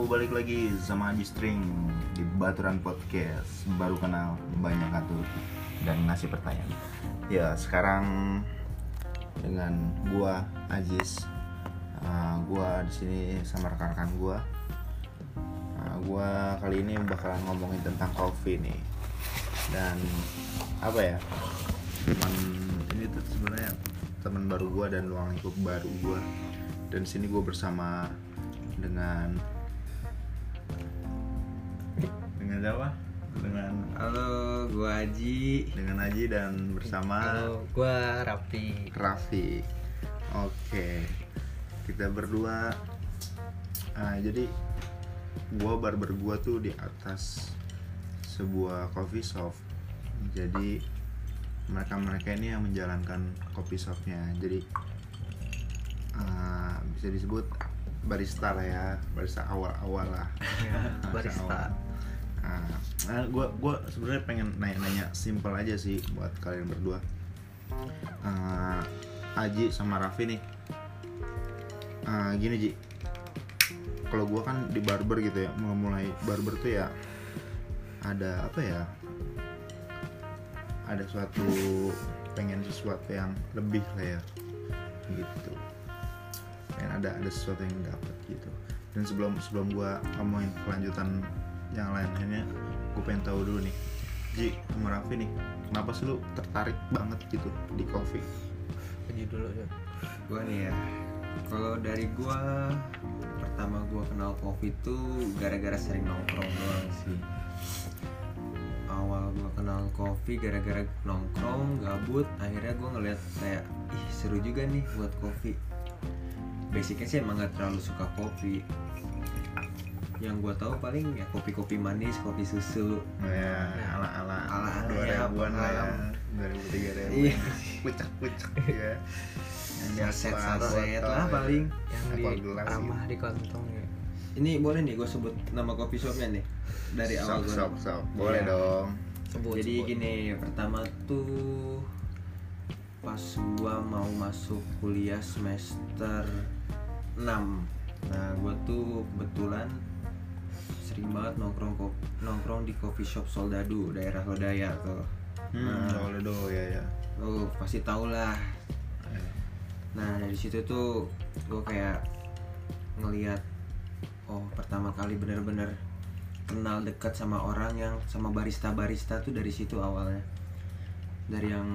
balik lagi sama Haji String di Baturan Podcast. Baru kenal, banyak ngatur dan ngasih pertanyaan. Ya, sekarang dengan gua Ajis. Gua di sini sama rekan-rekan gua. Gua kali ini bakalan ngomongin tentang kopi nih. Dan apa ya? Ini tuh sebenarnya teman baru gua dan ruang lingkup baru gua. Dan sini gua bersama dengan siapa? Halo, gua Aji. Dengan Aji dan bersama Halo, gua Raffi. Oke. Kita berdua. Jadi barber gua tuh di atas sebuah coffee shop. Jadi mereka ini yang menjalankan coffee shopnya. Jadi bisa disebut barista lah ya, barista awal lah. Barista. Gue sebenarnya pengen nanya simpel aja sih buat kalian berdua. Aji sama Raffi nih. Gini Ji, kalau gue kan di barber gitu ya, mulai barber tuh ya ada apa ya? Ada pengen sesuatu yang lebih lah ya, gitu. Pengen ada sesuatu yang dapat gitu. Dan sebelum gue ngomongin kelanjutan yang lainnya, gue pengen tahu dulu nih, Ji sama Raffi nih, kenapa sih lu tertarik banget gitu di kopi? Aji dulu ya. Gua nih ya. Kalau dari gua, pertama gua kenal kopi tuh gara-gara sering nongkrong doang sih. Awal gua kenal kopi gara-gara nongkrong, gabut, akhirnya gua ngeliat kayak, seru juga nih buat kopi. Basicnya sih emang gak terlalu suka kopi. Yang gue tahu paling ya kopi manis, kopi susu. Ya, ala 2000-an lah ya. 2003 Iya. Pucak ya. Saset lah paling. Yang ramah di kantong ya. Ini boleh nih gue sebut nama kopi shopnya nih dari awal gue. Sok. Boleh ya dong. Jadi gini, pertama tuh pas gue mau masuk kuliah semester 6. Nah gue tuh kebetulan sering banget nongkrong di coffee shop Soldadu daerah Lodaya tuh. Soldadu ya. Lo pasti tau lah. Nah dari situ tuh gue kayak ngelihat, pertama kali bener-bener kenal dekat sama orang yang sama barista tuh dari situ awalnya. Dari yang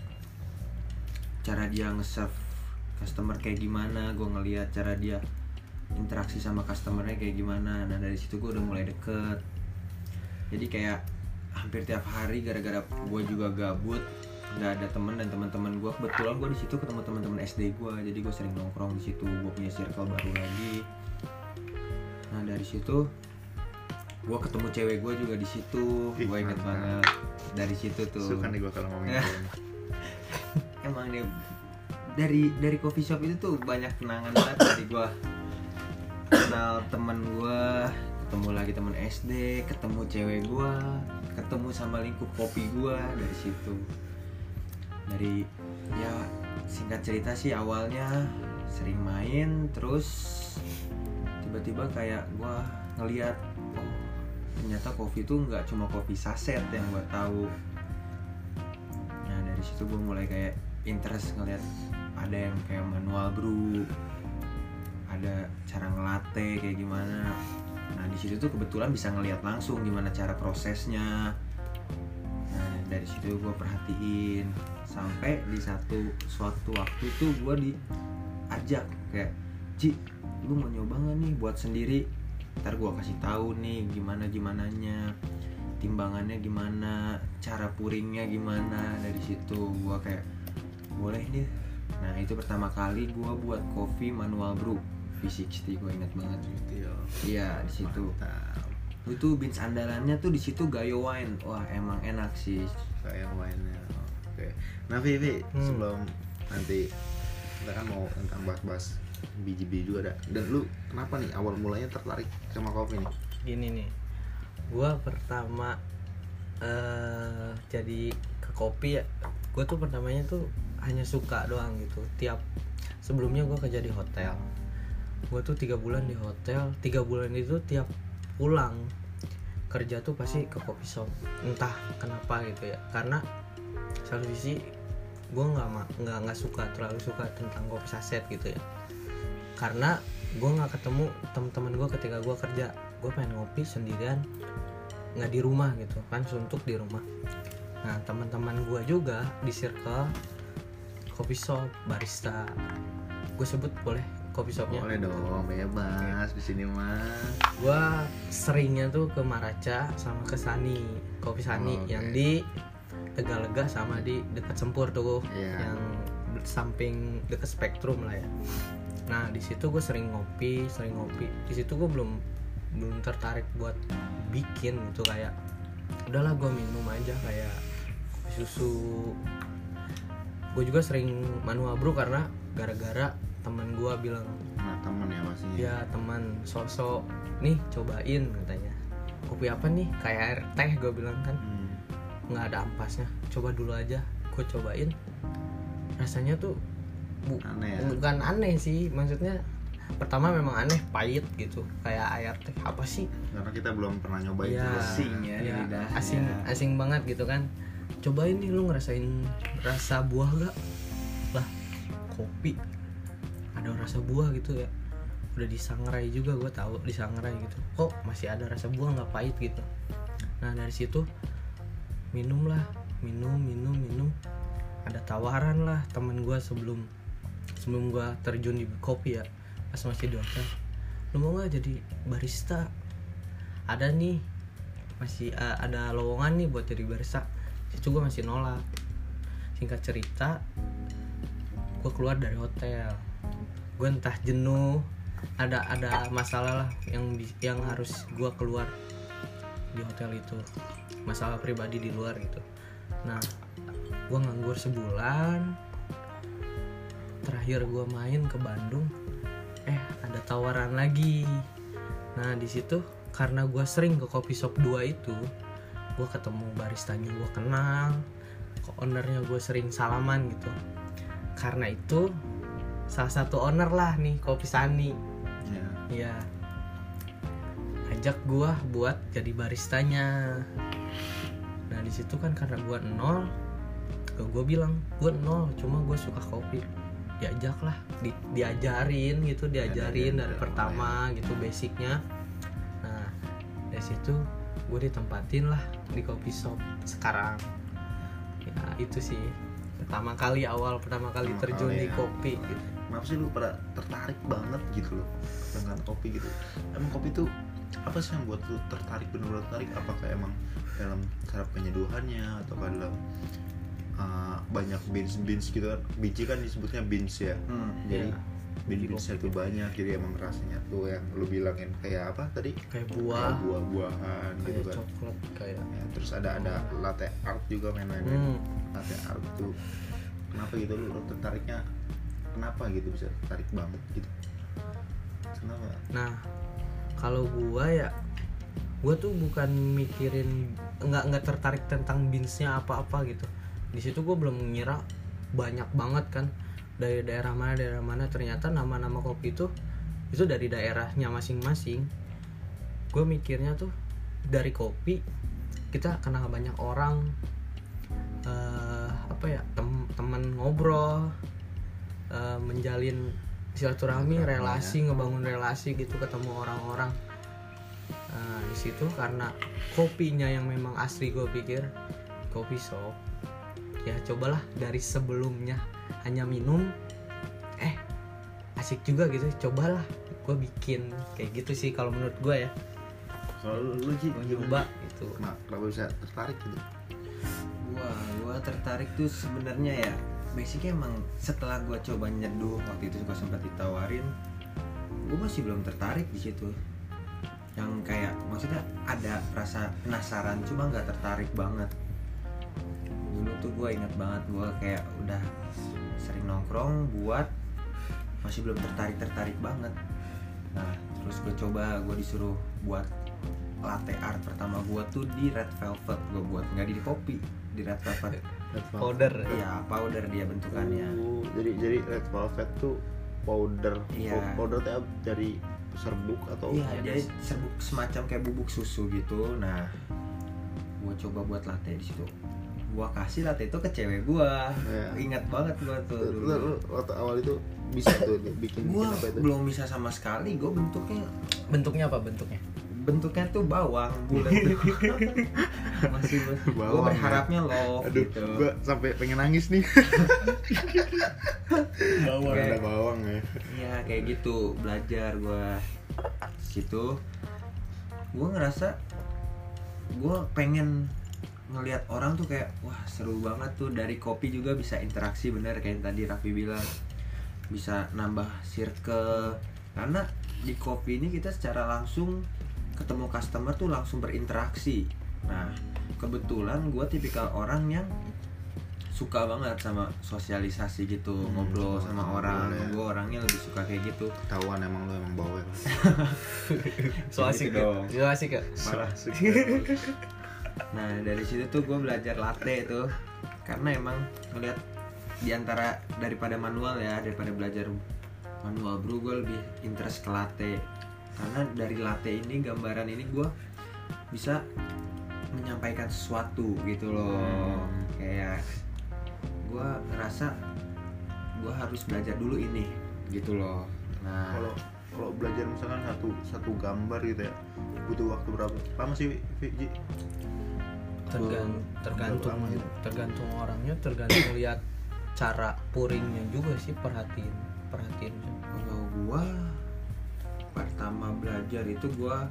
cara dia nge-serve customer kayak gimana, gue ngelihat cara dia interaksi sama customernya kayak gimana. Nah dari situ gue udah mulai deket. Jadi kayak hampir tiap hari gara-gara gue juga gabut, nggak ada temen, dan teman-teman gue kebetulan gue di situ ketemu teman-teman SD gue. Jadi gue sering nongkrong di situ, gue punya circle baru lagi. Nah dari situ gue ketemu cewek gue juga di situ. Gue inget banget dari situ tuh. Suka nih gue kalau ngomongin Emang nih dari coffee shop itu tuh banyak kenangan banget. Dari gue kenal temen gue, ketemu lagi temen SD, ketemu cewek gue, ketemu sama lingkup kopi gue dari situ. Dari ya singkat cerita sih awalnya sering main, terus tiba-tiba kayak gue ngeliat, ternyata kopi tuh nggak cuma kopi saset yang gue tahu. Nah dari situ gue mulai kayak interest ngeliat ada yang kayak manual brew, ada cara ngelate kayak gimana. Nah di situ tuh kebetulan bisa ngelihat langsung gimana cara prosesnya. Nah dari situ gue perhatiin sampai di suatu waktu tuh gue diajak kayak, Ji, lu mau nyoba nggak nih buat sendiri? Ntar gue kasih tahu nih gimananya, timbangannya gimana, cara pouringnya gimana. Dari situ gue kayak boleh deh. Nah itu pertama kali gue buat kopi manual brew V60, gue ingat banget. Iya di situ. Itu beans andalannya tuh di situ Gayo Wine. Wah emang enak sih. Gayo Wine-nya. Oke. Nah Vivi, sebelum nanti kita kan mau tentang bahas biji-biji juga ada. Dan lu kenapa nih awal mulanya tertarik sama kopi nih? Gini nih, gua pertama jadi ke kopi ya. Gua tuh pertamanya tuh hanya suka doang gitu. Sebelumnya gua kerja di hotel. gue tuh 3 bulan di hotel. 3 bulan itu tiap pulang kerja tuh pasti ke coffee shop, entah kenapa gitu ya, karena satu sisi gue nggak terlalu suka tentang kopi saset gitu ya, karena gue nggak ketemu teman-teman gue ketika gue kerja. Gue pengen ngopi sendirian, nggak di rumah gitu kan, suntuk di rumah. Nah teman-teman gue juga di circle coffee shop barista, gue sebut boleh coffee shopnya? Boleh dong, bebas di sini mah. Gue seringnya tuh ke Maraca sama ke Sani, kopi Sani yang di Tegalega sama di dekat Sempur tuh, yang samping dekat Spektrum lah ya. Nah di situ gue sering ngopi. Di situ gue belum tertarik buat bikin gitu, kayak udahlah gue minum aja kayak kopi susu. Gue juga sering manual brew karena gara-gara teman gue bilang, nah teman ya pastinya ya teman sosok nih cobain katanya, kopi apa nih kayak air teh, gue bilang kan nggak ada ampasnya, coba dulu aja. Gue cobain, rasanya tuh aneh ya? bukan aneh sih, maksudnya pertama memang aneh, pahit gitu kayak air teh, apa sih, karena kita belum pernah nyobain ya, asing ya, di ya lidah. asing banget gitu kan. Cobain nih, lu ngerasain rasa buah gak? Lah kopi ada rasa buah gitu ya, udah disangrai juga, gue tahu disangrai gitu, kok masih ada rasa buah, nggak pahit gitu. Nah dari situ minum, ada tawaran lah temen gue sebelum gue terjun di kopi ya, pas masih di hotel, lu mau nggak jadi barista, ada nih masih ada lowongan nih buat jadi barista. Situ gue masih nolak. Singkat cerita, gue keluar dari hotel, gue entah jenuh, ada masalah lah yang harus gue keluar di hotel itu, masalah pribadi di luar gitu. Nah gue nganggur sebulan, terakhir gue main ke Bandung, ada tawaran lagi. Nah di situ karena gue sering ke coffee shop 2 itu, gue ketemu baristanya, gue kenal, ke ownernya gue sering salaman gitu. Karena itu salah satu owner lah nih kopi Sani, ya ajak gue buat jadi baristanya. Nah di situ kan karena gue nol, gue bilang gue nol, cuma gue suka kopi, diajak lah, diajarin dari pertama gitu basicnya. Nah dari situ gue ditempatin lah di coffee shop sekarang. Ya itu sih pertama kali terjun di kopi gitu. Kenapa sih lu pada tertarik banget gitu loh dengan kopi gitu? Emang kopi tuh apa sih yang buat lu tertarik, bener-bener tertarik? Apakah emang dalam cara penyeduhannya atau dalam banyak beans gitu kan? Biji kan disebutnya beans ya. Jadi beans-beansnya tuh banyak, jadi emang rasanya tuh yang lu bilangin kayak apa tadi? Kayak buah-buahan gitu kayak kan. coklat kayak. Ya, terus ada latte art juga main-main. Latte art tuh kenapa gitu lu tertariknya? Kenapa gitu bisa tertarik banget gitu? Kenapa? Nah, kalau gua tuh bukan mikirin, nggak tertarik tentang beansnya apa-apa gitu. Di situ gua belum ngira banyak banget kan dari daerah mana. Ternyata nama-nama kopi itu dari daerahnya masing-masing. Gua mikirnya tuh dari kopi kita kenal banyak orang, teman ngobrol, menjalin silaturahmi, relasi, ngebangun relasi gitu, ketemu orang-orang. Di situ karena kopinya yang memang asli, gue pikir kopi shop ya cobalah dari sebelumnya hanya minum, asik juga gitu, cobalah gue bikin kayak gitu sih kalau menurut gue ya. Kalau lu Ji, gue nyoba gitu. Kenapa bisa tertarik gitu? Gua tertarik tuh sebenarnya ya, basicnya emang setelah gue coba nyeduh waktu itu gue sempat ditawarin, gue masih belum tertarik di situ. Yang kayak maksudnya ada rasa penasaran, cuma nggak tertarik banget. Dulu tuh gue ingat banget, gue kayak udah sering nongkrong buat, masih belum tertarik banget. Nah terus gue coba, gue disuruh buat latte art pertama gue tuh di Red Velvet. Gue buat nggak di kopi, di Red Velvet. Powder Iya, powder dia bentukannya. Jadi Red Velvet tuh powder. Iya. Powder teh dari serbuk atau Iya, jadi serbuk semacam kayak bubuk susu gitu. Nah, gua coba buat latte di situ. Gua kasih latte itu ke cewek gua. Iya. Ingat banget gua tuh Lu dulu. waktu awal itu bisa tuh bikin Gua apa itu? belum bisa sama sekali. Gua Bentuknya apa bentuknya? bentuknya tuh bawang bulat. Masih gua Bawang, berharapnya love Aduh, gitu. gua sampai pengen nangis nih. Bawang. Ada bawang ya. Iya, kayak gitu. Belajar gua situ. Gua ngerasa gua pengen ngelihat orang tuh kayak wah seru banget tuh. Dari kopi juga bisa interaksi, bener kayak yang tadi Raffi bilang, bisa nambah circle. Karena di kopi ini kita secara langsung ketemu customer tuh langsung berinteraksi. Nah, kebetulan gue tipikal orang yang suka banget sama sosialisasi gitu, ngobrol sama orang. boleh. Gue orangnya lebih suka kayak gitu. Ketahuan emang lu emang bawel. So asik Gitu ya? dong. So asik ya? Parah. Asik. Nah, dari situ tuh gue belajar latte itu karena emang ngeliat diantara daripada manual ya, daripada belajar manual bro, gue lebih interest ke latte. Karena dari latte ini, gambaran ini gue bisa menyampaikan sesuatu gitu loh. Kayak gue ngerasa gue harus belajar dulu ini gitu loh. Nah, Kalau belajar misalkan satu gambar gitu ya, butuh waktu berapa lama sih, Viji? Tergantung Lama gitu. tergantung orangnya, tergantung lihat cara pouringnya juga sih, perhatiin. kalau gua pertama belajar itu gua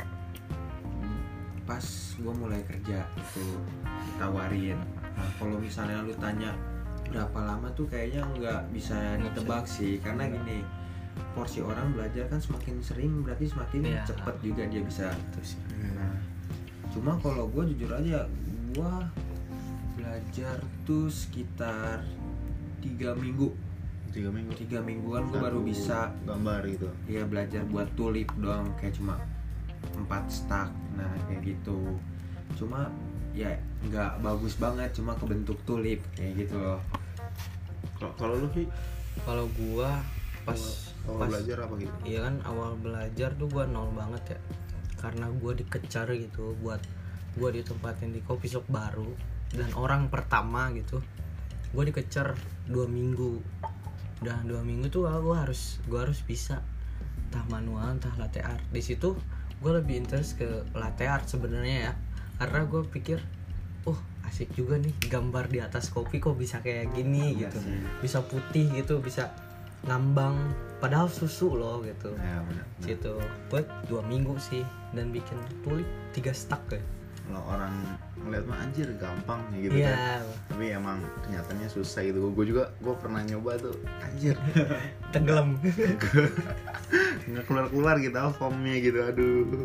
pas gua mulai kerja itu ditawarin. Nah, kalau misalnya lu tanya berapa lama tuh kayaknya nggak bisa ditebak sih, karena gini, porsi orang belajar kan semakin sering berarti semakin Iya. cepet juga dia bisa. Terus Nah, cuma kalau gua jujur aja, gua belajar tuh sekitar 3 minggu. 3 minggu. 3 mingguan gue baru Satu bisa gambar gitu. ya belajar buat tulip doang, kayak cuma 4 stack. Nah kayak gitu, cuma ya nggak bagus banget, cuma kebentuk tulip kayak gitu loh. Kalau lu sih kalau gua pas awal belajar apa gitu? iya kan, awal belajar tuh gua nol banget ya, karena gua dikejar gitu buat gua ditempatin di coffee shop baru dan orang pertama gitu. Gua dikejar 2 minggu. Udah 2 minggu tuh gua harus bisa entah manual entah latte art. Di situ gua lebih interest ke latte art sebenarnya ya, karena gua pikir asik juga nih gambar di atas kopi kok bisa kayak gini Iya gitu, sih. bisa putih gitu, bisa ngambang padahal susu loh gitu. Ya benar. Situ buat 2 minggu sih dan bikin tulip 3 stack ya. Kalau orang ngeliat mah anjir gampang ya gitu Iya. kan. Tapi emang kenyataannya susah gitu. Gue pernah nyoba tuh anjir. Tenggelam. Nggak keluar gitu foamnya gitu. Aduh.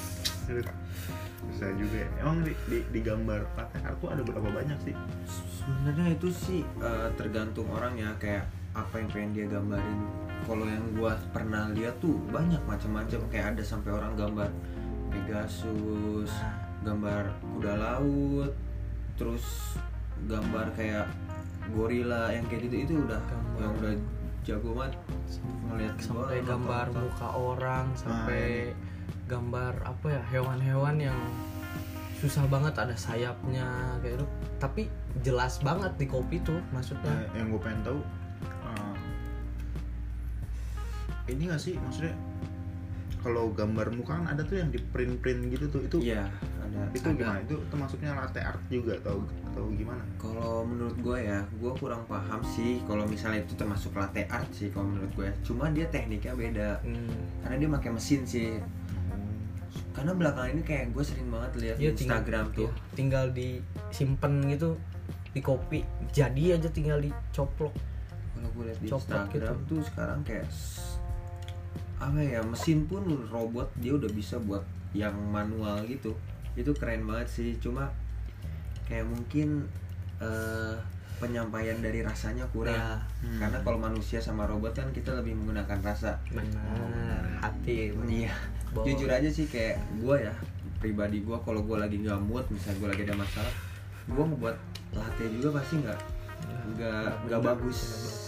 Susah juga ya. Emang di gambar latte art tuh ada berapa banyak sih? Sebenarnya itu sih tergantung orang ya, kayak apa yang pengen dia gambarin. Kalau yang gua pernah lihat tuh banyak macam-macam, kayak ada sampai orang gambar Pegasus, gambar kuda laut, terus gambar kayak gorila yang kayak gitu, itu udah yang udah jago banget ngeliat Sampai gambar muka orang, sampai gambar apa ya, hewan-hewan yang susah banget ada sayapnya kayak itu, tapi jelas banget di kopi tuh maksudnya. Yang gue pengen tahu ini nggak sih, maksudnya kalau gambar muka kan ada tuh yang di print gitu tuh, itu iya ada. itu gimana, itu termasuknya latte art juga atau gimana? Kalau menurut gue ya, gue kurang paham sih kalau misalnya itu termasuk latte art sih kalau menurut gue. Cuma dia tekniknya beda, karena dia pakai mesin sih. Karena belakangan ini kayak gue sering banget lihat di Instagram tuh. Tinggal disimpan gitu di kopi, jadi aja tinggal dicoplok. Kalau gue lihat di Copot Instagram gitu. tuh sekarang kayak apa ya, mesin pun robot dia udah bisa buat yang manual gitu. Itu keren banget sih. Cuma kayak mungkin penyampaian dari rasanya kurang Ya. Karena kalau manusia sama robot kan kita lebih menggunakan rasa. Benar, hati. Iya. Bawa. Jujur aja sih, kayak gue ya, pribadi gue kalau gue lagi nggak mood, misalnya gue lagi ada masalah, gue ngebuat latte juga pasti nggak bagus.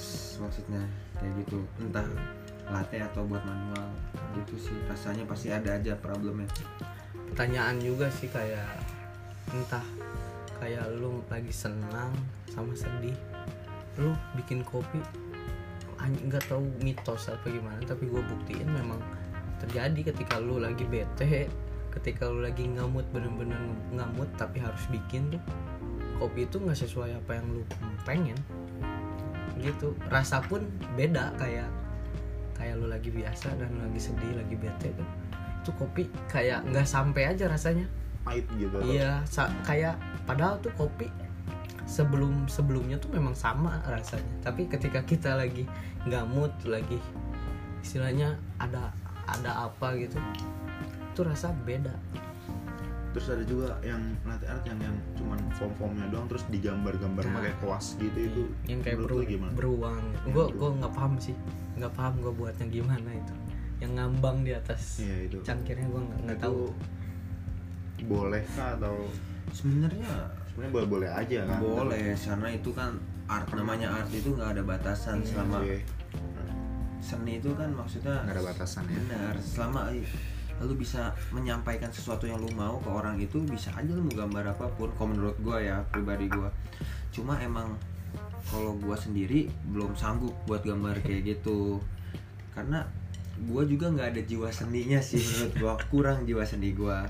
maksudnya kayak gitu, entah latte atau buat manual gitu sih, rasanya pasti ada aja problemnya. Pertanyaan juga sih, kayak entah kayak lu lagi senang sama sedih, lu bikin kopi, nggak tahu mitos apa gimana, tapi gue buktiin memang terjadi ketika lu lagi bete, ketika lu lagi ngamut, bener-bener ngamut tapi harus bikin tuh kopi itu nggak sesuai apa yang lu pengen gitu, rasa pun beda, kayak lu lagi biasa dan lu lagi sedih, lagi bete tuh, itu kopi kayak nggak sampai aja rasanya, pahit gitu. iya kayak padahal tuh kopi sebelumnya tuh memang sama rasanya, tapi ketika kita lagi nggak mood, lagi istilahnya ada apa gitu, itu rasa beda. Terus ada juga yang latte art yang cuman foam-foamnya doang terus digambar-gambar pakai kuas gitu, itu yang kayak menurut lu gimana? beruang. Gue nggak paham sih, nggak paham gue buatnya gimana itu, yang ngambang di atas Iya, itu. cangkirnya, gue nggak tahu. Boleh kah atau Sebenarnya boleh aja kan? boleh, karena itu kan art, namanya art itu nggak ada batasan. Selama Iya. seni itu kan maksudnya Nggak ada batasan ya. benar, selama lu bisa menyampaikan sesuatu yang lu mau ke orang, itu bisa aja lu mau gambar apapun. Kalau menurut gua ya, pribadi gua, cuma emang kalau gua sendiri belum sanggup buat gambar kayak gitu, karena gua juga nggak ada jiwa seninya sih. Menurut gua kurang jiwa seni gua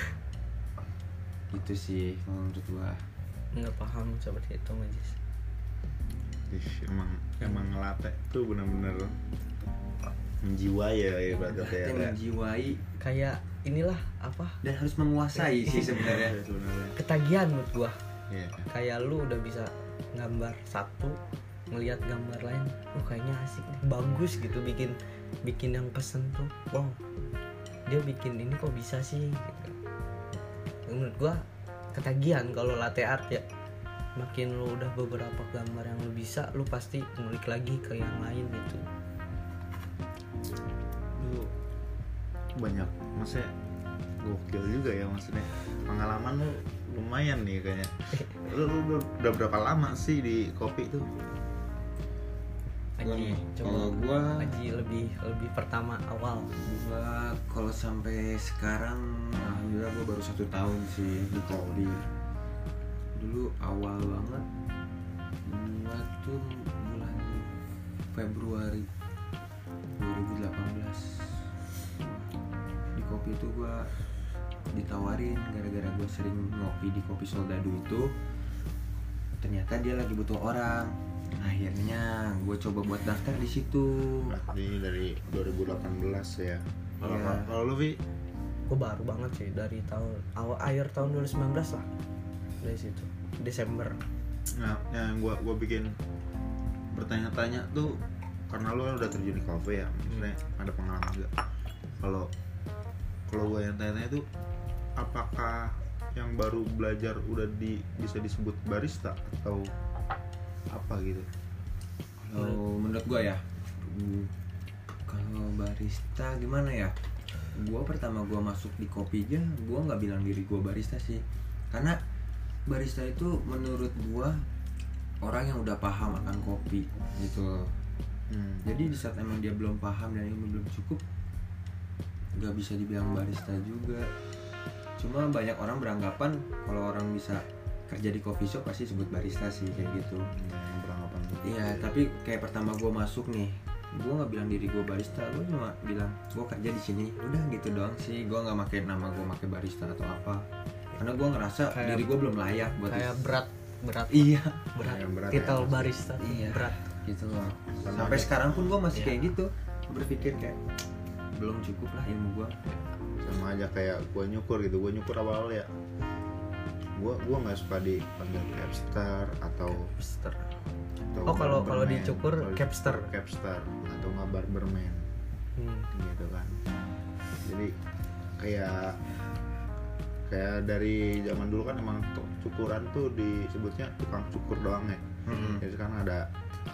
itu sih menurut gua. Nggak paham seperti itu, Majis. Emang latte tuh benar-benar menjiwai ya ibaratnya Yang ya. menjiwai Kayak inilah apa, dan harus menguasai sih sebenarnya. Sebenarnya. ketagihan menurut gua. Iya. Kayak lu udah bisa gambar satu, ngelihat gambar lain, kayaknya asik nih, bagus gitu, bikin yang pesen tuh, wow, dia bikin ini kok bisa sih gitu. Menurut gua ketagihan kalau latte art ya, makin lu udah beberapa gambar yang lu bisa, lu pasti ngulik lagi ke yang lain gitu. Lu banyak, maksudnya gokil juga ya, maksudnya pengalaman lu lumayan nih kayaknya. Lu udah berapa lama sih di kopi tuh? Aji, Kalau coba gua Aji lebih pertama awal. Gua kalau sampai sekarang alhamdulillah gua baru 1 tahun sih di kopi. Dulu awal banget gua tuh bulan Februari 2018 di kopi itu gua ditawarin gara-gara gua sering ngopi di Kopi Soldado itu, ternyata dia lagi butuh orang. Akhirnya gue coba buat daftar di situ. Berarti dari 2018 ya. Iya. Kalau lu Vi? Gue baru banget sih, dari akhir tahun 2019 lah, dari situ Desember. Nah, yang gua bikin bertanya-tanya tuh karena lu kan udah terjun di kafe ya, maksudnya ada pengalaman juga. Kalau gua yang tanya-tanya tuh, apakah yang baru belajar udah bisa disebut barista atau apa gitu? Kalau menurut gue ya, kalau barista gimana ya? Gue pertama gue masuk di kopi aja, gue nggak bilang diri gue barista sih, karena barista itu menurut gue orang yang udah paham akan kopi gitu. Jadi di saat emang dia belum paham dan ilmu belum cukup, nggak bisa dibilang barista juga. Cuma banyak orang beranggapan kalau orang bisa kerja di coffee shop pasti sebut barista sih, kayak gitu. Beranggapan gitu. Iya, tapi kayak pertama gue masuk nih, gue nggak bilang diri gue barista, gue cuma bilang gue kerja di sini, udah gitu doang sih. Gue nggak pakai nama gue pakai barista atau apa, karena gue ngerasa Kayak- diri gue belum layak buat Kayak berat iya Yang berat titel ya. barista tuh Iya. berat. gitu loh. Sama Sampai aja. sekarang pun gue masih Iya. kayak gitu, berpikir kayak belum cukup lah ilmu gue. Sama aja kayak gua nyukur gitu. Gua nyukur awal ya. Gua nggak suka dipanggil capster atau Oh, kalau barberman. dicukur Kalau capster. capster atau nggak barberman gitu kan. Jadi kayak dari zaman dulu kan emang cukuran tuh disebutnya tukang cukur doang ya. Jadi sekarang ada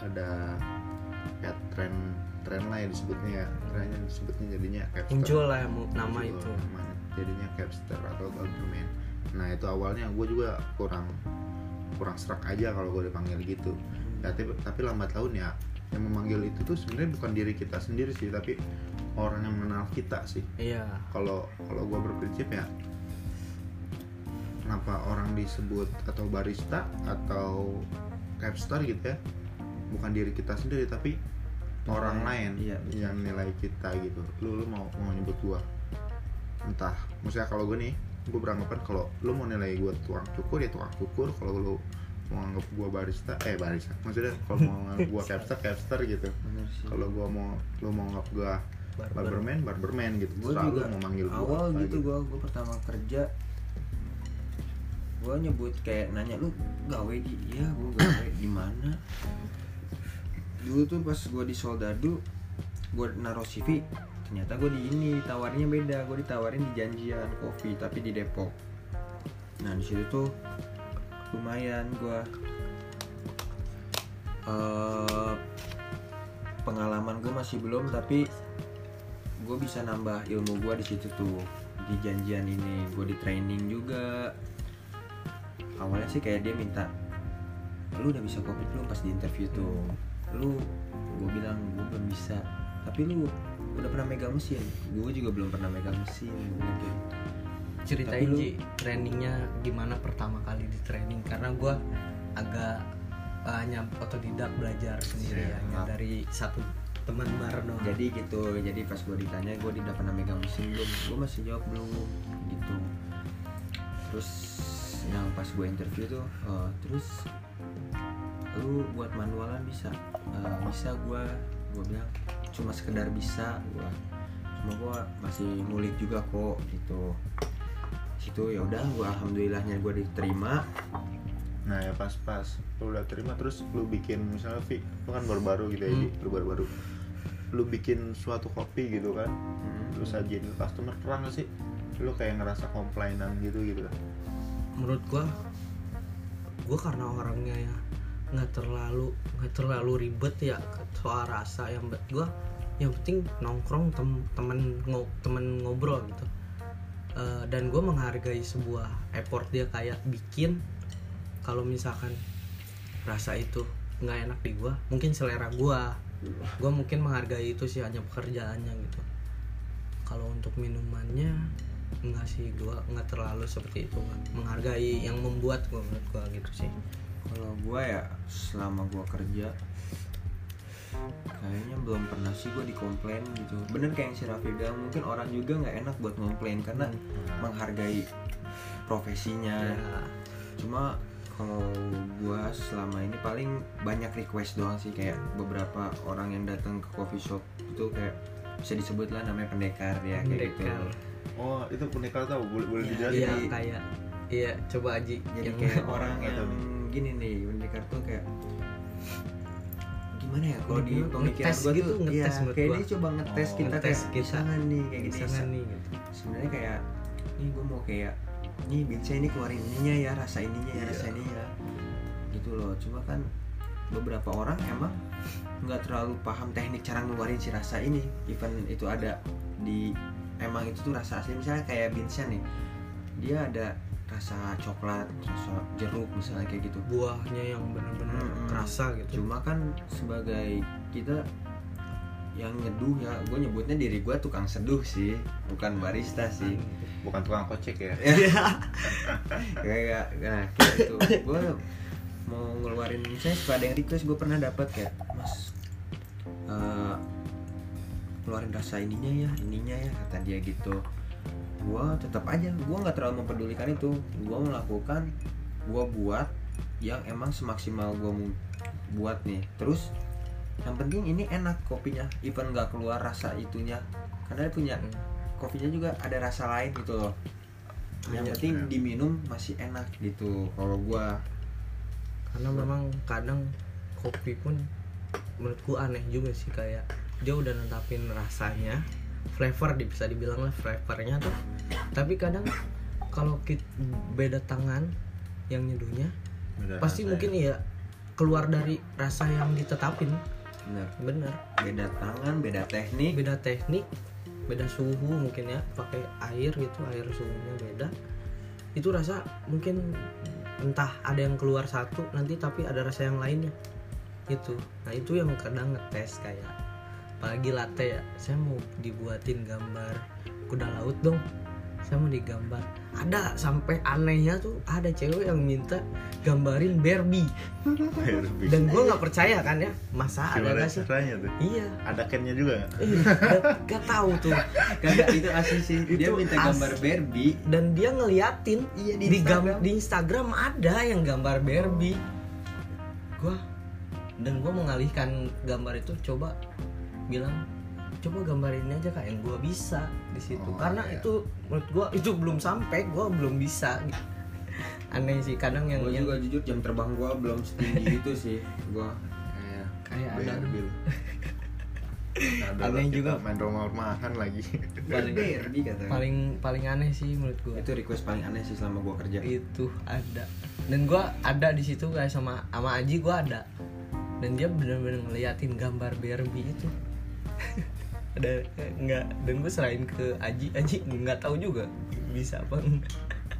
ya tren lah ya disebutnya ya, trennya disebutnya jadinya capster. Muncul lah nama Muncul itu. namanya, jadinya capster atau barberman. Nah itu awalnya gue juga kurang serak aja kalau gue dipanggil gitu. Ya, tapi lambat laun ya yang memanggil itu tuh sebenarnya bukan diri kita sendiri sih, tapi orang yang mengenal kita sih. Iya. Kalau gue berprinsip ya, kenapa orang disebut atau barista atau capstar gitu ya, bukan diri kita sendiri tapi orang lain Iya, betul. yang nilai kita gitu. Lu mau nyebut gue, entah maksudnya kalau gue nih, gue beranggapan kalau lu mau nilai gue tukang cukur ya tukang cukur, kalau lu mau anggap gue barista maksudnya kalau mau anggap gue capstar gitu, Bener sih. kalau gue lu mau anggap gue barberman gitu, Gue terserah juga lu mau manggil gue awal apa gitu, gue pertama kerja gue nyebut kayak nanya lu gawe di, iya gue gawe di mana. Dulu tuh pas gue di Soldadu gue naruh CV, ternyata gue di ini ditawarinnya beda, gue ditawarin di Janjian Kopi tapi di Depok. Nah di situ tuh lumayan gue pengalaman gue masih belum, tapi gue bisa nambah ilmu gue di situ tuh di Janjian ini. Gue di training juga. Awalnya sih kayak dia minta, lu udah bisa kopi belum, pas di interview tuh. Gue bilang gue belum bisa, tapi lu udah pernah megang mesin? Gue juga belum pernah megang mesin. Gitu. Ceritain Tapi Ji, trainingnya gimana pertama kali di training, karena gue agak hanya otodidak belajar sendirian Siap. dari satu teman bareng doang. Jadi gitu, jadi pas gue ditanya gue udah pernah megang mesin belum, gue masih jawab belum gitu. Terus yang pas gue interview tuh, terus lu buat manualan bisa? Bisa gue bilang cuma sekedar bisa, cuma gue masih ngulik juga kok gitu. Situ ya udah, gue alhamdulillahnya gue diterima. Nah ya pas lu udah terima, terus lu bikin misalnya lu kan baru-baru gitu ya, lu baru-baru lu bikin suatu kopi gitu kan, lu sajiin ke customer, pernah gak sih lu kayak ngerasa komplainan gitu kan? Menurut gue karena orangnya ya nggak terlalu ribet ya soal rasa. Yang buat gue yang penting nongkrong, temen ngobrol gitu. Dan gue menghargai sebuah effort dia kayak bikin. Kalau misalkan rasa itu nggak enak di gue, mungkin selera gue mungkin menghargai itu sih, hanya pekerjaannya gitu. Kalau untuk minumannya enggak sih, gue nggak terlalu seperti itu, menghargai yang membuat gue, menurut gue gitu sih. Kalau gue ya selama gue kerja kayaknya belum pernah sih gue dikomplain gitu. Bener kayak yang si Raffi bilang, mungkin orang juga nggak enak buat komplain karena menghargai profesinya. Ya, Cuma kalau gue selama ini paling banyak request doang sih, kayak beberapa orang yang datang ke coffee shop itu kayak bisa disebut lah namanya pendekar ya, kayak gitu. pendekar. Oh itu pendekar tahu, boleh Ya, dijelasin? Iya kayak, iya coba Aji. Jadi yang kayak orang nggak yang tahu nih. gini nih, pendekar tuh kayak gimana ya kalau di pemikiran Ngetes gue gitu, tuh ya, ngetes menurut kayak gua. dia coba ngetes kita ngetes kayak kita. bisa nggak nih kayak gini, Misalnya nih gitu. sebenarnya kayak nih gue mau kayak nih bisa ini keluarin ininya ya, rasa ininya ya, rasa ini ya gitu loh. Cuma kan beberapa orang emang nggak terlalu paham teknik cara ngeluarin si rasa ini, even itu ada di emang itu tuh rasa asli. Misalnya kayak Vincent nih, dia ada rasa coklat, rasa jeruk misalnya kayak gitu, Buahnya yang benar-benar kerasa gitu. cuma kan sebagai kita yang nyeduh ya, gue nyebutnya diri gue tukang seduh sih, bukan barista sih. Bukan tukang kocek ya? Kayak nah kayak gitu, gue mau ngeluarin, misalnya suka ada yang request, gue pernah dapat kayak mas keluarin rasa ininya ya kata dia gitu. Gue tetap aja, gue nggak terlalu mempedulikan itu, gue melakukan, gue buat yang emang semaksimal gue mau buat nih. Terus yang penting ini enak kopinya, even nggak keluar rasa itunya, karena dia punya kopinya juga ada rasa lain gitu loh. Yang penting diminum masih enak gitu kalau gue. Karena memang kadang kopi pun menurutku aneh juga sih, kayak dia udah netapin rasanya, flavor bisa dibilang lah flavornya tuh, tapi kadang kalau beda tangan yang nyeduhnya Beda pasti rasa mungkin ya keluar dari rasa yang ditetapin. Bener, Beda tangan, beda teknik. beda suhu mungkin ya, pakai air gitu, air suhunya beda, itu rasa mungkin entah ada yang keluar satu nanti tapi ada rasa yang lainnya. itu. Nah itu yang kadang ngetes kayak apalagi latte ya, saya mau dibuatin gambar kuda laut dong, saya mau digambar. Ada sampai anehnya tuh ada cewek yang minta gambarin Barbie. Dan gue nggak percaya kan ya, masa ada Gimana gak sih? caranya tuh? Iya. Ada Ken-nya juga nggak? Gak tahu tuh. Kagak, itu asli sih. Dia Itu minta gambar Barbie. Dan dia ngeliatin Iya, di di Instagram. Instagram ada yang gambar Barbie. Gua mengalihkan gambar itu, coba bilang coba gambarin aja Kak yang gua bisa di situ. Karena iya. itu menurut gua itu belum sampai, gua belum bisa. Aneh sih kadang yang Gue juga jujur jam terbang gue belum setinggi itu sih. Gue kayak ada Barbie lu. Ada Aneh kita juga. main rumah-rumahan lagi. Barbie kata. paling aneh sih menurut gua. Itu request paling aneh sih selama gue kerja. Itu ada. Dan gua ada di situ kayak sama Aji gua ada. Dan dia benar-benar ngeliatin gambar Barbie itu. Ada enggak, dan gue serahin ke Aji nggak tahu juga bisa apa enggak.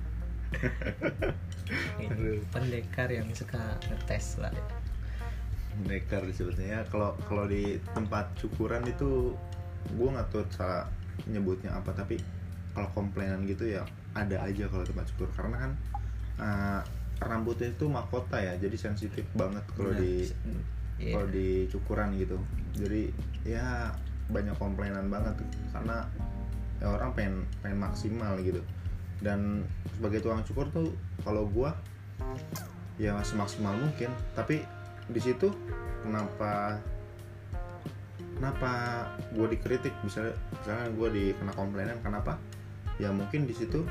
Pendekar yang suka ngetes lah ya. Pendekar sebetulnya kalau di tempat cukuran itu gue nggak tahu cara nyebutnya apa, tapi kalau komplainan gitu ya ada aja kalau tempat cukur, karena kan rambutnya itu mahkota ya, jadi sensitif banget kalau di Iya. kalau di cukuran gitu. Jadi ya banyak komplainan banget karena ya orang pengen maksimal gitu. Dan sebagai tukang cukur tuh kalau gua ya semaksimal mungkin, tapi di situ kenapa gua dikritik, misalnya gua dikena komplainan kenapa? Ya mungkin di situ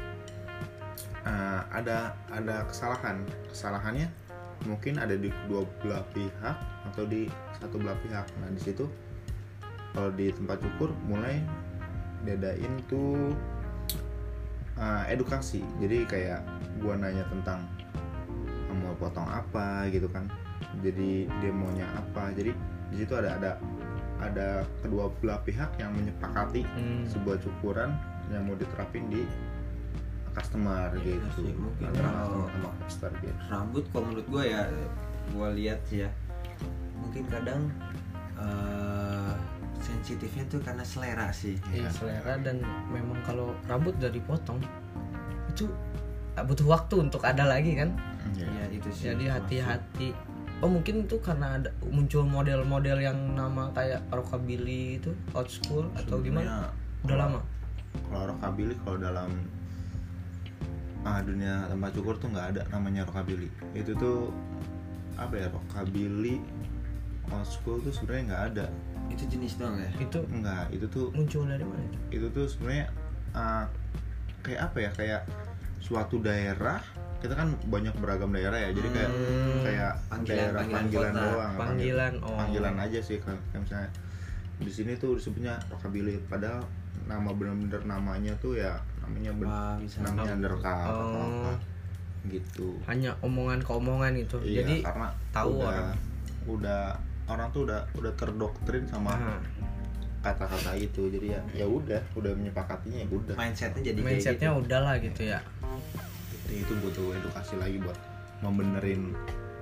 ada kesalahannya mungkin ada di kedua belah pihak atau di satu belah pihak. Nah di situ kalau di tempat cukur mulai diadain tuh edukasi. Jadi kayak gua nanya tentang mau potong apa gitu kan, jadi dia maunya apa. Jadi di situ ada kedua belah pihak yang menyepakati sebuah cukuran yang mau diterapin di customer Iya gitu. sih, mungkin Antara kalau customer sama customer gitu. rambut kalau menurut gue ya, gue lihat sih ya, mungkin kadang sensitifnya tuh karena selera sih. Iya, selera. Dan memang kalau rambut udah dipotong itu butuh waktu untuk ada lagi kan. Iya itu sih. Jadi hati-hati. Oh mungkin itu karena ada muncul model-model yang nama kayak rockabilly itu, old school atau gimana? Udah lama. Kalau rockabilly kalau dalam dunia tempat cukur tuh nggak ada namanya rockabilly. Itu tuh apa ya, rockabilly old school tuh sebenarnya nggak ada. Itu jenis doang ya. Itu Enggak, itu tuh muncul dari mana? itu tuh sebenarnya kayak apa ya, kayak suatu daerah, kita kan banyak beragam daerah ya, jadi kayak daerah panggilan kota. doang, panggilan Oh. aja sih. Kayak misalnya di sini tuh disebutnya rockabilly, padahal nama bener-bener namanya tuh ya namanya undercover atau apa gitu. Hanya omongan ke omongan gitu. Iya, Jadi karena tahu orang tuh udah terdoktrin sama kata-kata itu. Jadi ya udah menyepakatinya, ya udah. Mindsetnya jadi mindsetnya kayak gitu. udah lah gitu ya. Itu butuh edukasi lagi buat membenerin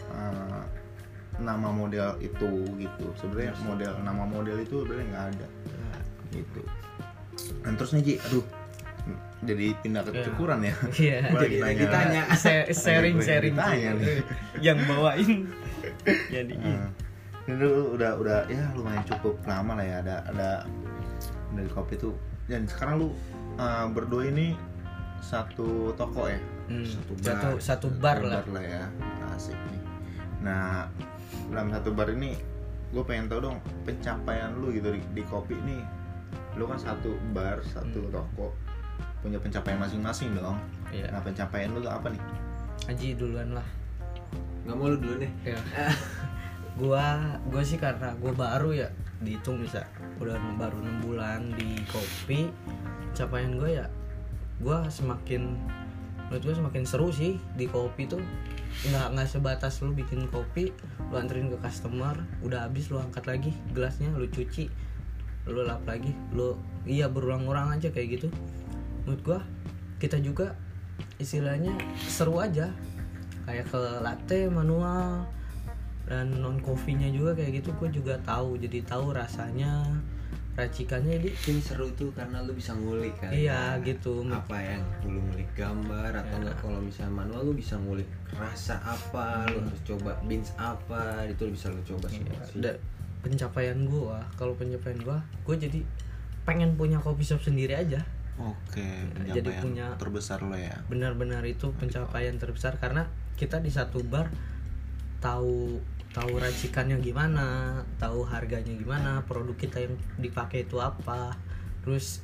nama model itu gitu. Sebenarnya nama model itu sebenarnya nggak ada gitu. Dan terus nih Ji, aduh, jadi pindah ke cukuran ya. Iya. Gua Jadi lagi tanya. sharing Ditanya nih. yang bawain. Jadi Ini udah ya lumayan cukup lama lah ya ada dari kopi tuh. Dan sekarang lu berdua ini satu toko ya, satu bar lah. ya, asik nih. Nah dalam satu bar ini gue pengen tahu dong pencapaian lu gitu di kopi nih. Lu kan satu bar, satu toko, punya pencapaian masing-masing dong. Iya. Nah pencapaian lu tuh apa nih? Aji duluan lah. Nggak mau lu dulu nih. Ya. gua sih karena gua baru ya, dihitung bisa udah baru 6 bulan di kopi. Capaian gue ya, gua menurut gue semakin seru sih di kopi tuh. Nggak sebatas lu bikin kopi, lu anterin ke customer, udah habis lu angkat lagi gelasnya, lu cuci, lu lap lagi, berulang-ulang aja kayak gitu. Menurut gua kita juga istilahnya seru aja, kayak ke latte manual, dan non coffee-nya juga kayak gitu gue juga tahu, jadi tahu rasanya, racikannya. Jadi Mungkin seru tuh karena lu bisa ngulik kan. iya gitu. Apa yang lu ngulik gambar atau enggak, kalau misalnya manual lu bisa ngulik rasa apa, lu harus coba beans apa, itu bisa lu coba semua sih. Pencapaian gue, kalau pencapaian gue jadi pengen punya coffee shop sendiri aja. Oke, Jadi pencapaian punya terbesar lo ya. benar-benar itu pencapaian terbesar, karena kita di satu bar tahu racikannya gimana, tahu harganya gimana, produk kita yang dipakai itu apa, terus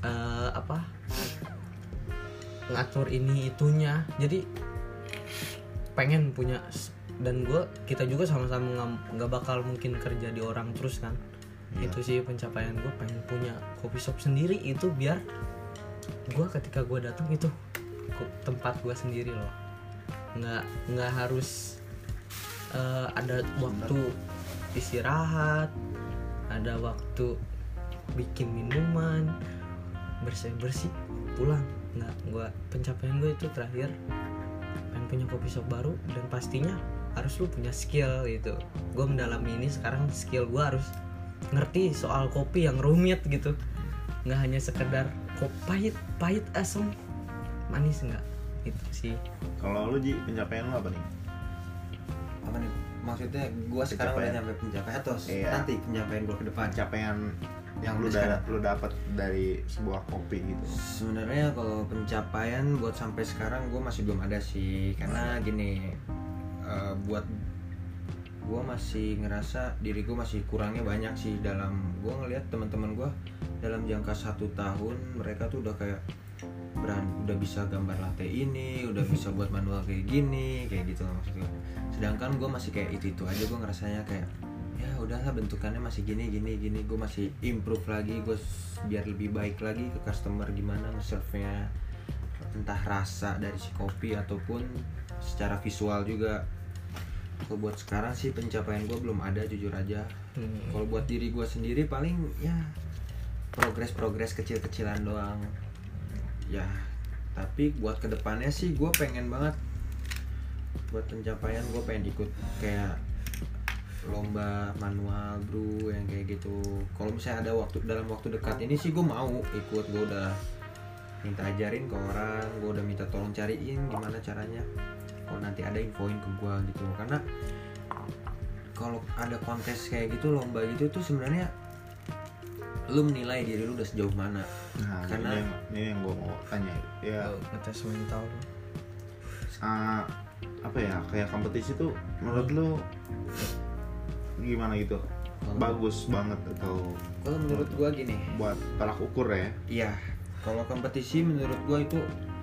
ngatur ini itunya. Jadi pengen punya, dan kita juga sama-sama nggak bakal mungkin kerja di orang terus kan. Iya. Itu sih pencapaian gue, pengen punya coffee shop sendiri, itu biar gue ketika gue datang itu tempat gue sendiri loh, nggak harus ada waktu istirahat, ada waktu bikin minuman, bersih pulang. Nggak, pencapaian gue itu terakhir pengen punya coffee shop baru, dan pastinya harus lu punya skill gitu. Gue mendalami ini sekarang, skill gue harus ngerti soal kopi yang rumit gitu, nggak hanya sekedar pahit asam manis, enggak itu sih. Kalau lu Ji, pencapaian lu apa nih? Apa nih? Maksudnya gua sekarang udah Pencapaian. nyampe pencapaian atau Iya. nanti pencapaian gua ke depan? Pencapaian yang lu Sekarang. dapat dari sebuah kopi gitu. Sebenarnya kalau pencapaian buat sampai sekarang gue masih belum ada sih, karena gini, buat gue masih ngerasa diri gue masih kurangnya banyak sih. Dalam gue ngelihat teman-teman gue dalam jangka 1 tahun mereka tuh udah kayak udah bisa gambar latte ini, udah bisa buat manual kayak gini, kayak gitu lah maksud gue. Sedangkan gue masih kayak itu aja, gue ngerasanya kayak ya udahlah bentukannya masih gini, gue masih improve lagi, gue biar lebih baik lagi ke customer, gimana nge-serve-nya, entah rasa dari si kopi ataupun secara visual juga. Kalau buat sekarang sih pencapaian gue belum ada, jujur aja. Kalau buat diri gue sendiri paling ya progres kecil-kecilan doang ya. Tapi buat kedepannya sih gue pengen banget, buat pencapaian gue pengen ikut kayak lomba manual bro yang kayak gitu. Kalau misalnya ada dalam waktu dekat ini sih gue mau ikut. Gue udah minta ajarin ke orang, gue udah minta tolong cariin gimana caranya, kalau nanti ada infoin ke gue gitu. Karena kalau ada kontes kayak gitu, lomba gitu tuh sebenarnya lu menilai diri lu udah sejauh mana. Nah, Karena ini yang gue mau tanya ya. Ngetes mental. Apa ya, kayak kompetisi tuh menurut lu gimana gitu? Bagus banget atau kalau menurut gua gini, buat tolak ukur ya? iya, kalau kompetisi menurut gua itu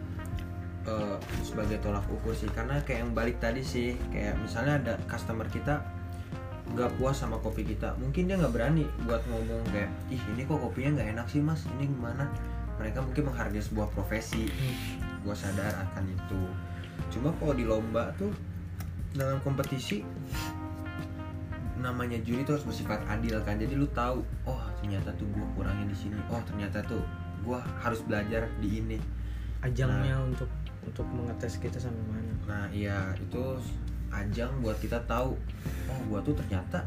sebagai tolak ukur sih. Karena kayak yang balik tadi sih, kayak misalnya ada customer kita nggak puas sama kopi kita, mungkin dia nggak berani buat ngomong kayak, ih ini kok kopinya nggak enak sih mas, ini gimana. Mereka mungkin menghargai sebuah profesi, gua sadar akan itu. Cuma kalau di lomba tuh, dalam kompetisi, namanya juri tuh harus bersifat adil kan. Jadi lu tahu, oh ternyata tuh gua kurangnya di sini, oh ternyata tuh gua harus belajar di ini. Ajangnya untuk mengetes kita sampai mana. Nah iya, itu ajang buat kita tahu, oh gua tuh ternyata,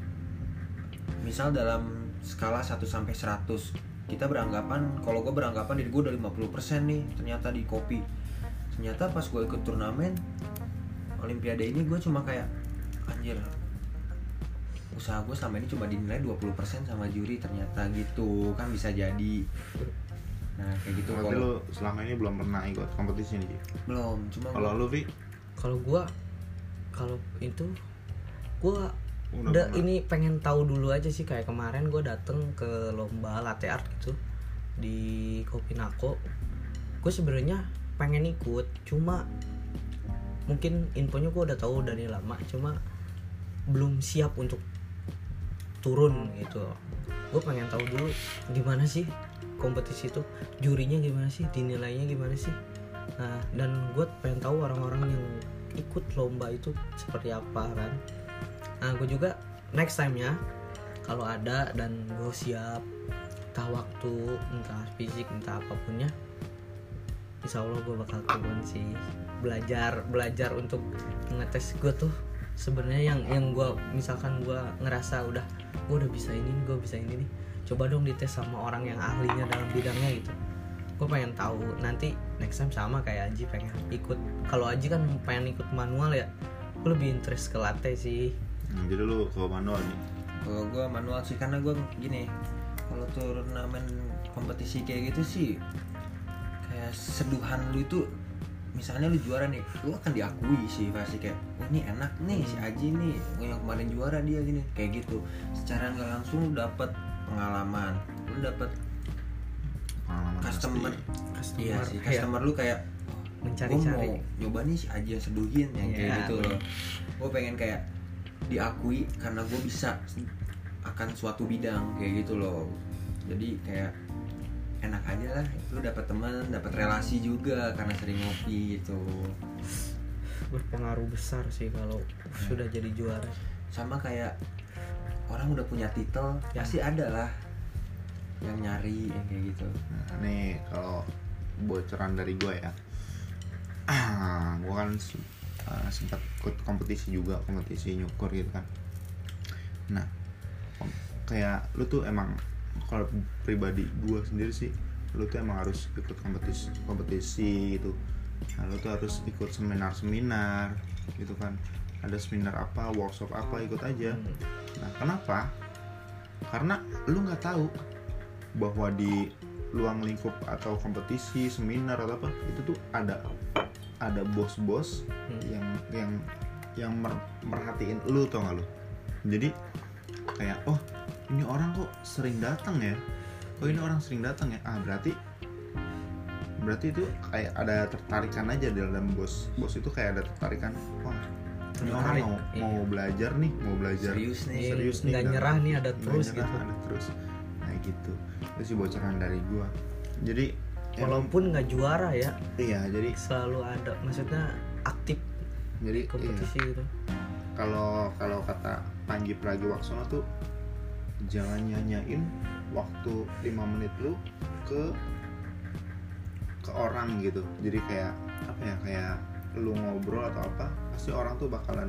misal dalam skala 1 sampai 100, kita beranggapan, kalau gua beranggapan diri gua udah 50% nih ternyata di kopi. Ternyata pas gua ikut turnamen Olimpiade ini, gua cuma kayak, anjir, usaha gue selama ini cuma dinilai 20% sama juri, ternyata gitu kan, bisa jadi. Nah kayak gitu. Tapi lu selama ini belum pernah ikut kompetisi nih? Belum, cuma Kalau lu Vi? Kalau itu gua Udah pernah. ini pengen tahu dulu aja sih. Kayak kemarin gue dateng ke lomba latte art gitu di Kopinako. Gue sebenarnya pengen ikut, cuma mungkin infonya gue udah tahu dari lama, cuma belum siap untuk turun gitu. Gue pengen tahu dulu gimana sih kompetisi itu, jurinya gimana sih, dinilainya gimana sih. Nah, dan gue pengen tahu orang-orang yang ikut lomba itu seperti apa kan. Nah, gue juga next time ya, kalau ada dan gue siap, entah waktu, entah fisik, entah apapunnya, insya Allah gue bakal turun sih, belajar untuk ngetes gue tuh sebenarnya yang gue misalkan gue ngerasa gue udah bisa ini, gue bisa ini nih, coba dong dites sama orang yang ahlinya dalam bidangnya gitu. Gue pengen tahu nanti next time sama kayak Aji pengen ikut. Kalau Aji kan pengen ikut manual ya, gue lebih interest ke latte sih. Jadi lu ke manual nih? Kalau gue manual sih, karena gue gini, kalau turnamen kompetisi kayak gitu sih kayak seduhan lu itu, misalnya lu juara nih, lu akan diakui sih pasti kayak, oh ini enak nih si Aji nih, oh yang kemarin juara dia gini, kayak gitu. Secara nggak langsung lu dapet pengalaman, lu dapet customer. Iya sih, customer lu kayak mencari-cari. Gue mau nyoba nih si Aji yang seduhin yang kayak gitu loh. Gue pengen kayak diakui karena gue bisa akan suatu bidang kayak gitu loh. Jadi kayak enak aja lah, lu dapat teman, dapat relasi juga karena sering ngopi gitu. Berpengaruh besar sih kalau sudah jadi juara. Sama kayak orang udah punya titel, pasti ada lah yang nyari yang kayak gitu. Nah, nih kalau bocoran dari gue ya, gue kan sempat ikut kompetisi juga, kompetisi nyukur gitu kan. Nah, kayak lu tuh emang, kalau pribadi gue sendiri sih, lu tuh emang harus ikut kompetisi gitu. Nah, lu tuh harus ikut seminar gitu kan. Ada seminar apa, workshop apa, ikut aja. Nah, kenapa? Karena lu nggak tahu bahwa di luang lingkup atau kompetisi, seminar atau apa, itu tuh ada bos-bos yang merhatiin lu, tau gak lu? Jadi kayak, oh ini orang kok sering datang ya, berarti itu kayak ada tertarikan aja dalam bos itu, kayak ada tertarikan, wah ini orang mau belajar Serius nih, nggak nyerah nih, ada terus gitu. Ada terus, nah gitu. Itu sih bocoran dari gua. Jadi walaupun nggak juara ya, iya, jadi selalu ada, maksudnya aktif jadi kompetisi gitu. Kalau kata Panji Pragiwaksono tuh, jangan nyanyain waktu 5 menit lu ke orang gitu. Jadi kayak apa ya, kayak lu ngobrol atau apa, pasti orang tuh bakalan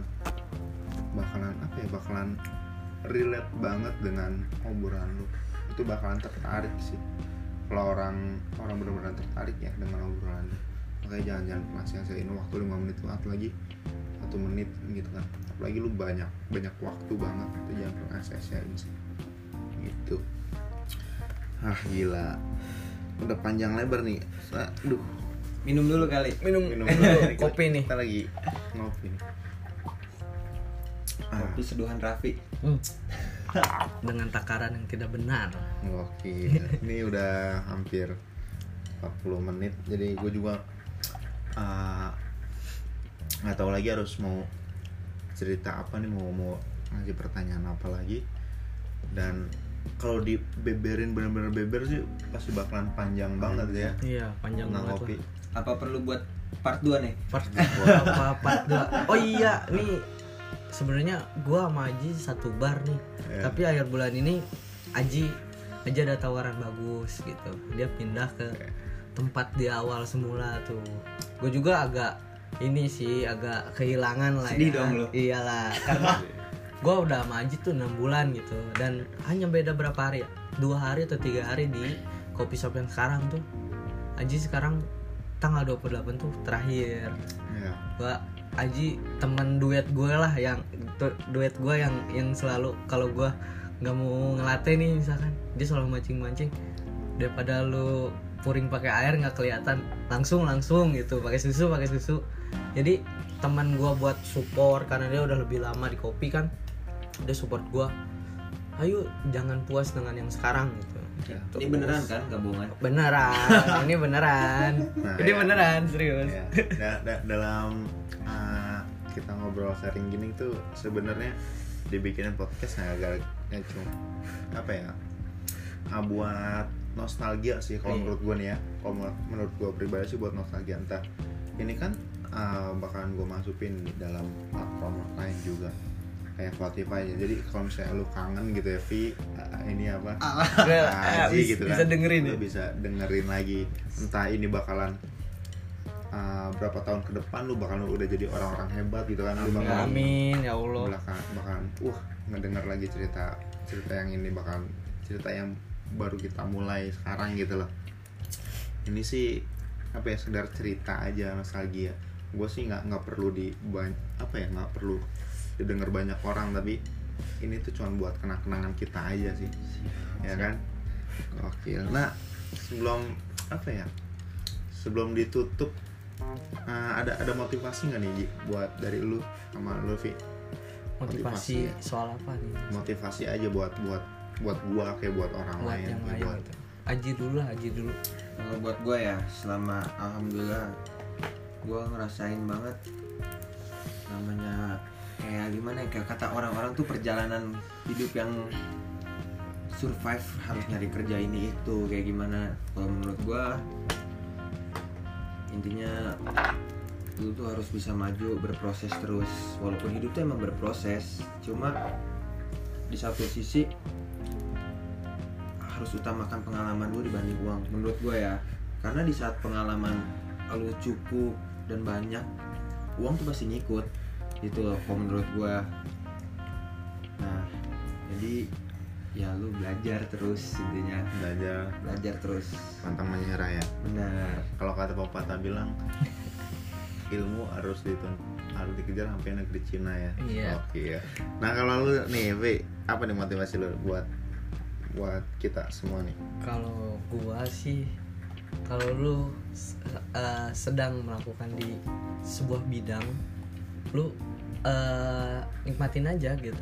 relate banget dengan obrolan lu. Itu bakalan tertarik sih. Kalau orang benar-benar tertarik ya dengan obrolan lu. Makanya jangan sia-siain waktu 5 menit lu, atau lagi 1 menit gitu kan. Apalagi lu banyak waktu banget, itu jangan pernah sia-siain sih. Gitu. Gila. Udah panjang lebar nih. Aduh. Minum dulu kali. Minum dulu. Kopi nih. Kita lagi ngopi nih. Kopi seduhan Raffi. Dengan takaran yang tidak benar. Oke. Ini udah hampir 40 menit. Jadi gue juga nggak tahu lagi harus mau cerita apa nih, mau ngasih pertanyaan apa lagi. Dan kalau dibeberin bener-bener beber sih pasti bakalan panjang banget ya. Iya, panjang banget kopi. Apa perlu buat part 2 nih? Part 2. Oh iya, nih sebenarnya gua sama Aji satu bar nih. Yeah. Tapi akhir bulan ini Aji ada tawaran bagus gitu. Dia pindah ke tempat di awal semula tuh. Gue juga agak kehilangan lah. Sedih ya. Dong lu. Iyalah, karena gue udah sama Aji tuh 6 bulan gitu. Dan hanya beda berapa hari ya? 2 hari atau 3 hari di kopi shop yang sekarang tuh. Aji sekarang tanggal 28 tuh terakhir. Yeah. Aji teman duet gue lah, yang selalu kalau gue nggak mau ngelatih nih misalkan, dia selalu mancing daripada lu puring pakai air nggak kelihatan, langsung gitu pakai susu. Jadi teman gue buat support, karena dia udah lebih lama di kopi kan, dia support gue, ayo jangan puas dengan yang sekarang gitu. Ini beneran kan, gak bohongan? Beneran, ini beneran. Nah, ini beneran, serius. Ya. Dalam kita ngobrol sharing gini tuh sebenarnya dibikinin podcast agak cuma apa ya? Buat nostalgia sih kalau menurut gue nih ya. Kalau menurut gue pribadi sih buat nostalgia. Entah ini kan bakalan gue masukin di dalam platform lain juga, kayak Spotify aja. Jadi kalau misalnya lu kangen gitu ya, ini apa? Aji gitu kan. Bisa dengerin lu bisa dengerin lagi. Entah ini bakalan berapa tahun ke depan lu bakal udah jadi orang-orang hebat gitu kan. Lu bakal Amin ya Allah. bakalan ngedengar lagi cerita yang ini, bakal cerita yang baru kita mulai sekarang gitu loh. Ini sih apa ya, sekedar cerita aja, nostalgia. Gue sih nggak perlu nggak perlu didengar banyak orang, tapi ini tuh cuma buat kenang-kenangan kita aja sih. Ya kan? Oke. Nah, sebelum ditutup, ada motivasi nggak nih Ji, buat dari lu sama Luffy? Motivasi soal apa nih? Motivasi aja buat gua, kayak buat orang Buat lain, yang kayak lain buat gitu. Aji dulu. Kalau buat gue ya, selama alhamdulillah gue ngerasain banget namanya kayak gimana ya, kayak kata orang-orang tuh perjalanan hidup yang survive, harus nyari kerja ini itu kayak gimana. Kalau menurut gue intinya lu tuh harus bisa maju, berproses terus. Walaupun hidup tuh emang berproses, cuma di satu sisi harus utamakan pengalaman lu dibanding uang menurut gue ya. Karena di saat pengalaman lu cukup dan banyak, uang tuh pasti ngikut gitu loh kalau menurut gue. Nah jadi ya lu belajar terus, intinya belajar terus, pantang menyerah ya. benar. Kalau kata pepatah bilang ilmu harus dikejar sampai negeri Cina ya. Iya. Oke ya. Nah kalau lu nih, V, apa nih motivasi lu buat kita semua nih? Kalau gua sih, kalau lu sedang melakukan di sebuah bidang, lu nikmatin aja gitu.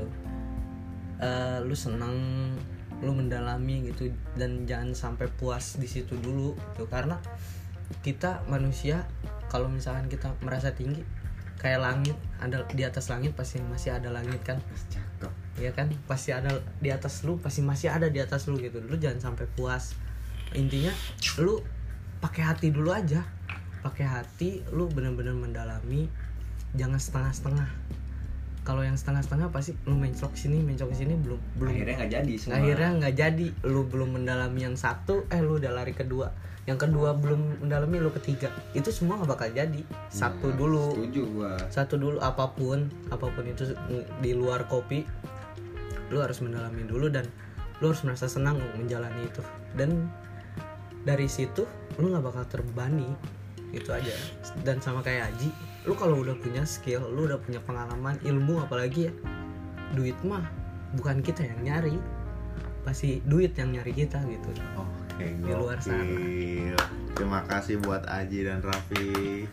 Lu senang, lu mendalami gitu, dan jangan sampai puas di situ dulu gitu. Karena kita manusia, kalau misalkan kita merasa tinggi kayak langit, ada di atas langit pasti masih ada langit kan. Cakep. Ya kan, pasti ada di atas lu, pasti masih ada di atas lu gitu. Lu jangan sampai puas. Intinya lu pakai hati dulu aja. Pakai hati, lu bener-bener mendalami, jangan setengah-setengah. Kalau yang setengah-setengah pasti lu mencok sini belum Akhirnya nggak jadi semua. Akhirnya nggak jadi. Lu belum mendalami yang satu, lu udah lari kedua. Yang kedua belum mendalami, lu ketiga. Itu semua nggak bakal jadi. Satu dulu. Setuju gua. Satu dulu, apapun itu di luar kopi, lu harus mendalami dulu dan lu harus merasa senang menjalani itu. Dan dari situ lu nggak bakal terbebani. Itu aja. Dan sama kayak Aji, lu kalau udah punya skill, lu udah punya pengalaman, ilmu, apalagi ya, duit mah bukan kita yang nyari, pasti duit yang nyari kita gitu. Oke, Di luar sana. Terima kasih buat Aji dan Raffi.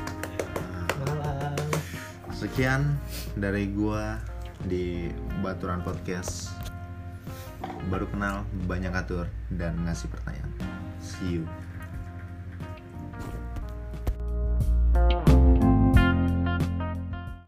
Malam. Sekian dari gua di Baturan Podcast. Baru kenal, banyak atur, dan ngasih pertanyaan. See you.